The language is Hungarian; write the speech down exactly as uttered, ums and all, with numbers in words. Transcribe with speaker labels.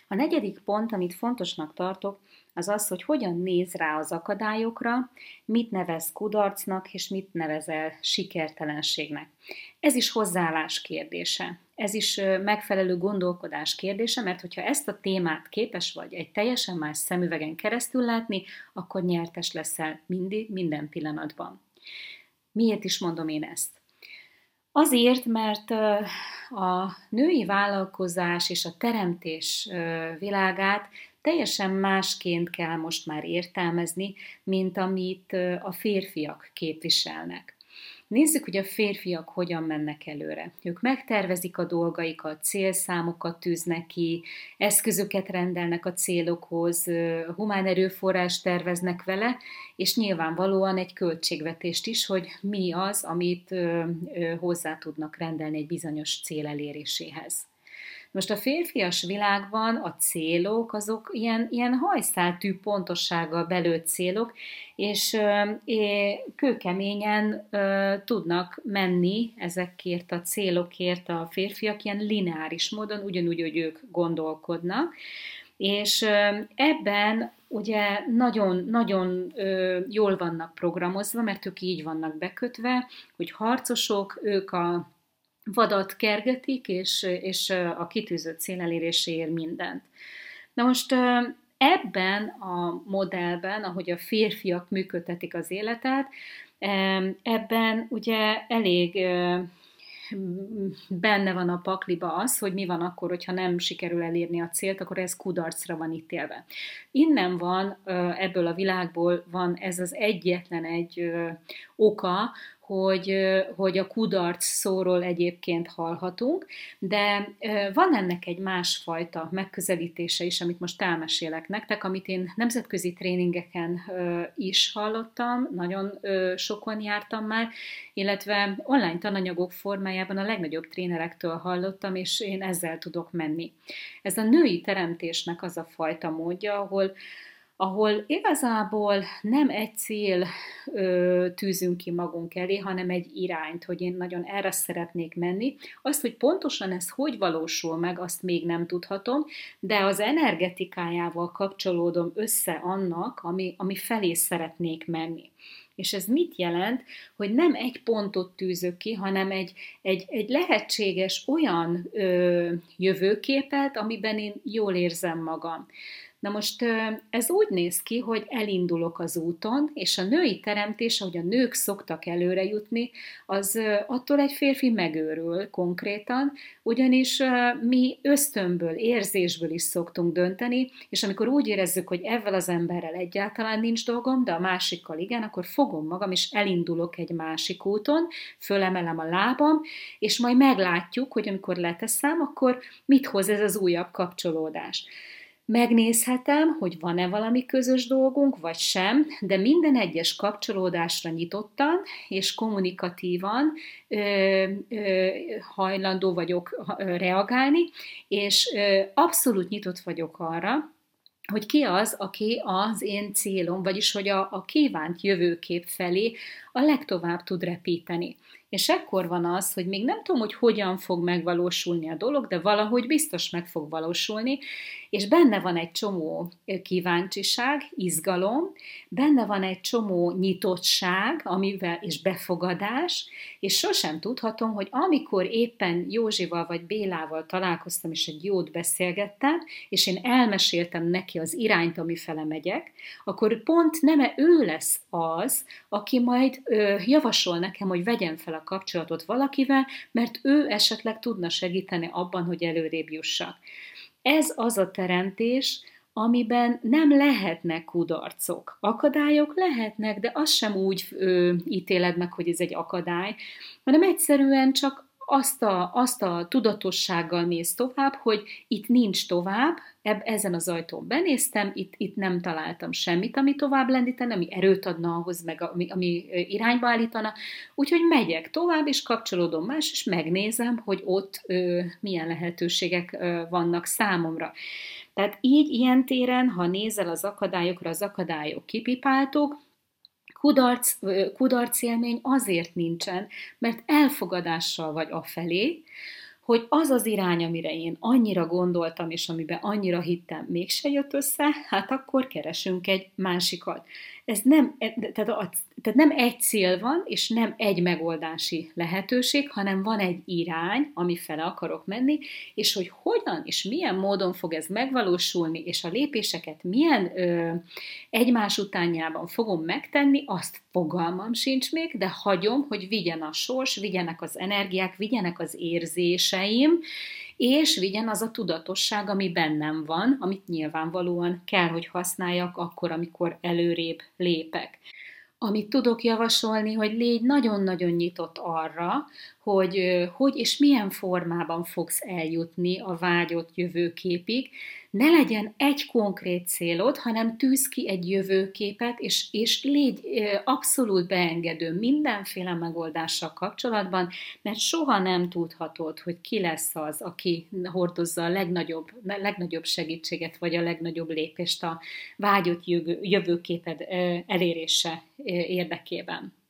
Speaker 1: A negyedik pont, amit fontosnak tartok, az az, hogy hogyan néz rá az akadályokra, mit nevez kudarcnak, és mit nevezel sikertelenségnek. Ez is hozzáállás kérdése. Ez is megfelelő gondolkodás kérdése, mert hogyha ezt a témát képes vagy egy teljesen más szemüvegen keresztül látni, akkor nyertes leszel mindig, minden pillanatban. Miért is mondom én ezt? Azért, mert a női vállalkozás és a teremtés világát teljesen másként kell most már értelmezni, mint amit a férfiak képviselnek. Nézzük, hogy a férfiak hogyan mennek előre. Ők megtervezik a dolgaikat, célszámokat tűznek ki, eszközöket rendelnek a célokhoz, humán erőforrást terveznek vele, és nyilvánvalóan egy költségvetést is, hogy mi az, amit hozzá tudnak rendelni egy bizonyos cél eléréséhez. Most a férfias világban a célok, azok ilyen, ilyen hajszáltű pontossággal belőtt célok, és é, kőkeményen ö, tudnak menni ezekért a célokért a férfiak ilyen lineáris módon, ugyanúgy, hogy ők gondolkodnak, és ö, ebben ugye nagyon, nagyon ö, jól vannak programozva, mert ők így vannak bekötve, hogy harcosok, ők a vadat kergetik, és, és a kitűzött cél eléréséért mindent. Na most ebben a modellben, ahogy a férfiak működtetik az életet, ebben ugye elég benne van a pakliba az, hogy mi van akkor, hogyha nem sikerül elérni a célt, akkor ez kudarcra van ítélve. Innen van, ebből a világból van ez az egyetlen egy oka, hogy, hogy a kudarc szóról egyébként hallhatunk, de van ennek egy másfajta megközelítése is, amit most elmesélek nektek, amit én nemzetközi tréningeken is hallottam, nagyon sokan jártam már, illetve online tananyagok formájában a legnagyobb trénerektől hallottam, és én ezzel tudok menni. Ez a női teremtésnek az a fajta módja, ahol ahol igazából nem egy cél ö, tűzünk ki magunk elé, hanem egy irányt, hogy én nagyon erre szeretnék menni. Azt, hogy pontosan ez hogy valósul meg, azt még nem tudhatom, de az energetikájával kapcsolódom össze annak, ami, ami felé szeretnék menni. És ez mit jelent, hogy nem egy pontot tűzök ki, hanem egy, egy, egy lehetséges olyan ö, jövőképet, amiben én jól érzem magam. Na most ez úgy néz ki, hogy elindulok az úton, és a női teremtés, ahogy a nők szoktak előre jutni, az attól egy férfi megőrül konkrétan, ugyanis mi ösztönből, érzésből is szoktunk dönteni, és amikor úgy érezzük, hogy ezzel az emberrel egyáltalán nincs dolgom, de a másikkal igen, akkor fogom magam, és elindulok egy másik úton, fölemelem a lábam, és majd meglátjuk, hogy amikor leteszem, akkor mit hoz ez az újabb kapcsolódás. Megnézhetem, hogy van-e valami közös dolgunk, vagy sem, de minden egyes kapcsolódásra nyitottan és kommunikatívan ö, ö, hajlandó vagyok ö, reagálni, és ö, abszolút nyitott vagyok arra, hogy ki az, aki az én célom, vagyis hogy a, a kívánt jövőkép felé a legtovább tud repíteni. És ekkor van az, hogy még nem tudom, hogy hogyan fog megvalósulni a dolog, de valahogy biztos meg fog valósulni, és benne van egy csomó kíváncsiság, izgalom, benne van egy csomó nyitottság, amivel, és befogadás, és sosem tudhatom, hogy amikor éppen Józsival vagy Bélával találkoztam, és egy jót beszélgettem, és én elmeséltem neki az irányt, amifele megyek, akkor pont nem ő lesz az, aki majd ö, javasol nekem, hogy vegyem fel a kapcsolatot valakivel, mert ő esetleg tudna segíteni abban, hogy előrébb jussak. Ez az a teremtés, amiben nem lehetnek kudarcok. Akadályok lehetnek, de azt sem úgy ö, ítéled meg, hogy ez egy akadály, hanem egyszerűen csak azt a, azt a tudatossággal mész tovább, hogy itt nincs tovább, eb, ezen az ajtón benéztem, itt, itt nem találtam semmit, ami tovább lendítene, ami erőt adna ahhoz, meg ami, ami irányba állítana, úgyhogy megyek tovább, és kapcsolódom más, és megnézem, hogy ott ö, milyen lehetőségek ö, vannak számomra. Tehát így, ilyen téren, ha nézel az akadályokra, az akadályok kipipáltók, Kudarc, kudarc élmény azért nincsen, mert elfogadással vagy afelé, hogy az az irány, amire én annyira gondoltam, és amiben annyira hittem, mégse jött össze, hát akkor keresünk egy másikat. Ez nem, tehát, a, tehát nem egy cél van, és nem egy megoldási lehetőség, hanem van egy irány, ami fele akarok menni, és hogy hogyan és milyen módon fog ez megvalósulni, és a lépéseket milyen ö, egymás utánjában fogom megtenni, azt fogalmam sincs még, de hagyom, hogy vigyen a sors, vigyenek az energiák, vigyenek az érzéseim, és vigyen az a tudatosság, ami bennem van, amit nyilvánvalóan kell, hogy használjak akkor, amikor előrébb lépek. Amit tudok javasolni, hogy légy nagyon-nagyon nyitott arra, hogy hogy és milyen formában fogsz eljutni a vágyott jövőképig. Ne legyen egy konkrét célod, hanem tűz ki egy jövőképet, és, és légy abszolút beengedő mindenféle megoldással kapcsolatban, mert soha nem tudhatod, hogy ki lesz az, aki hordozza a legnagyobb, legnagyobb segítséget, vagy a legnagyobb lépést a vágyott jövőképed elérése érdekében.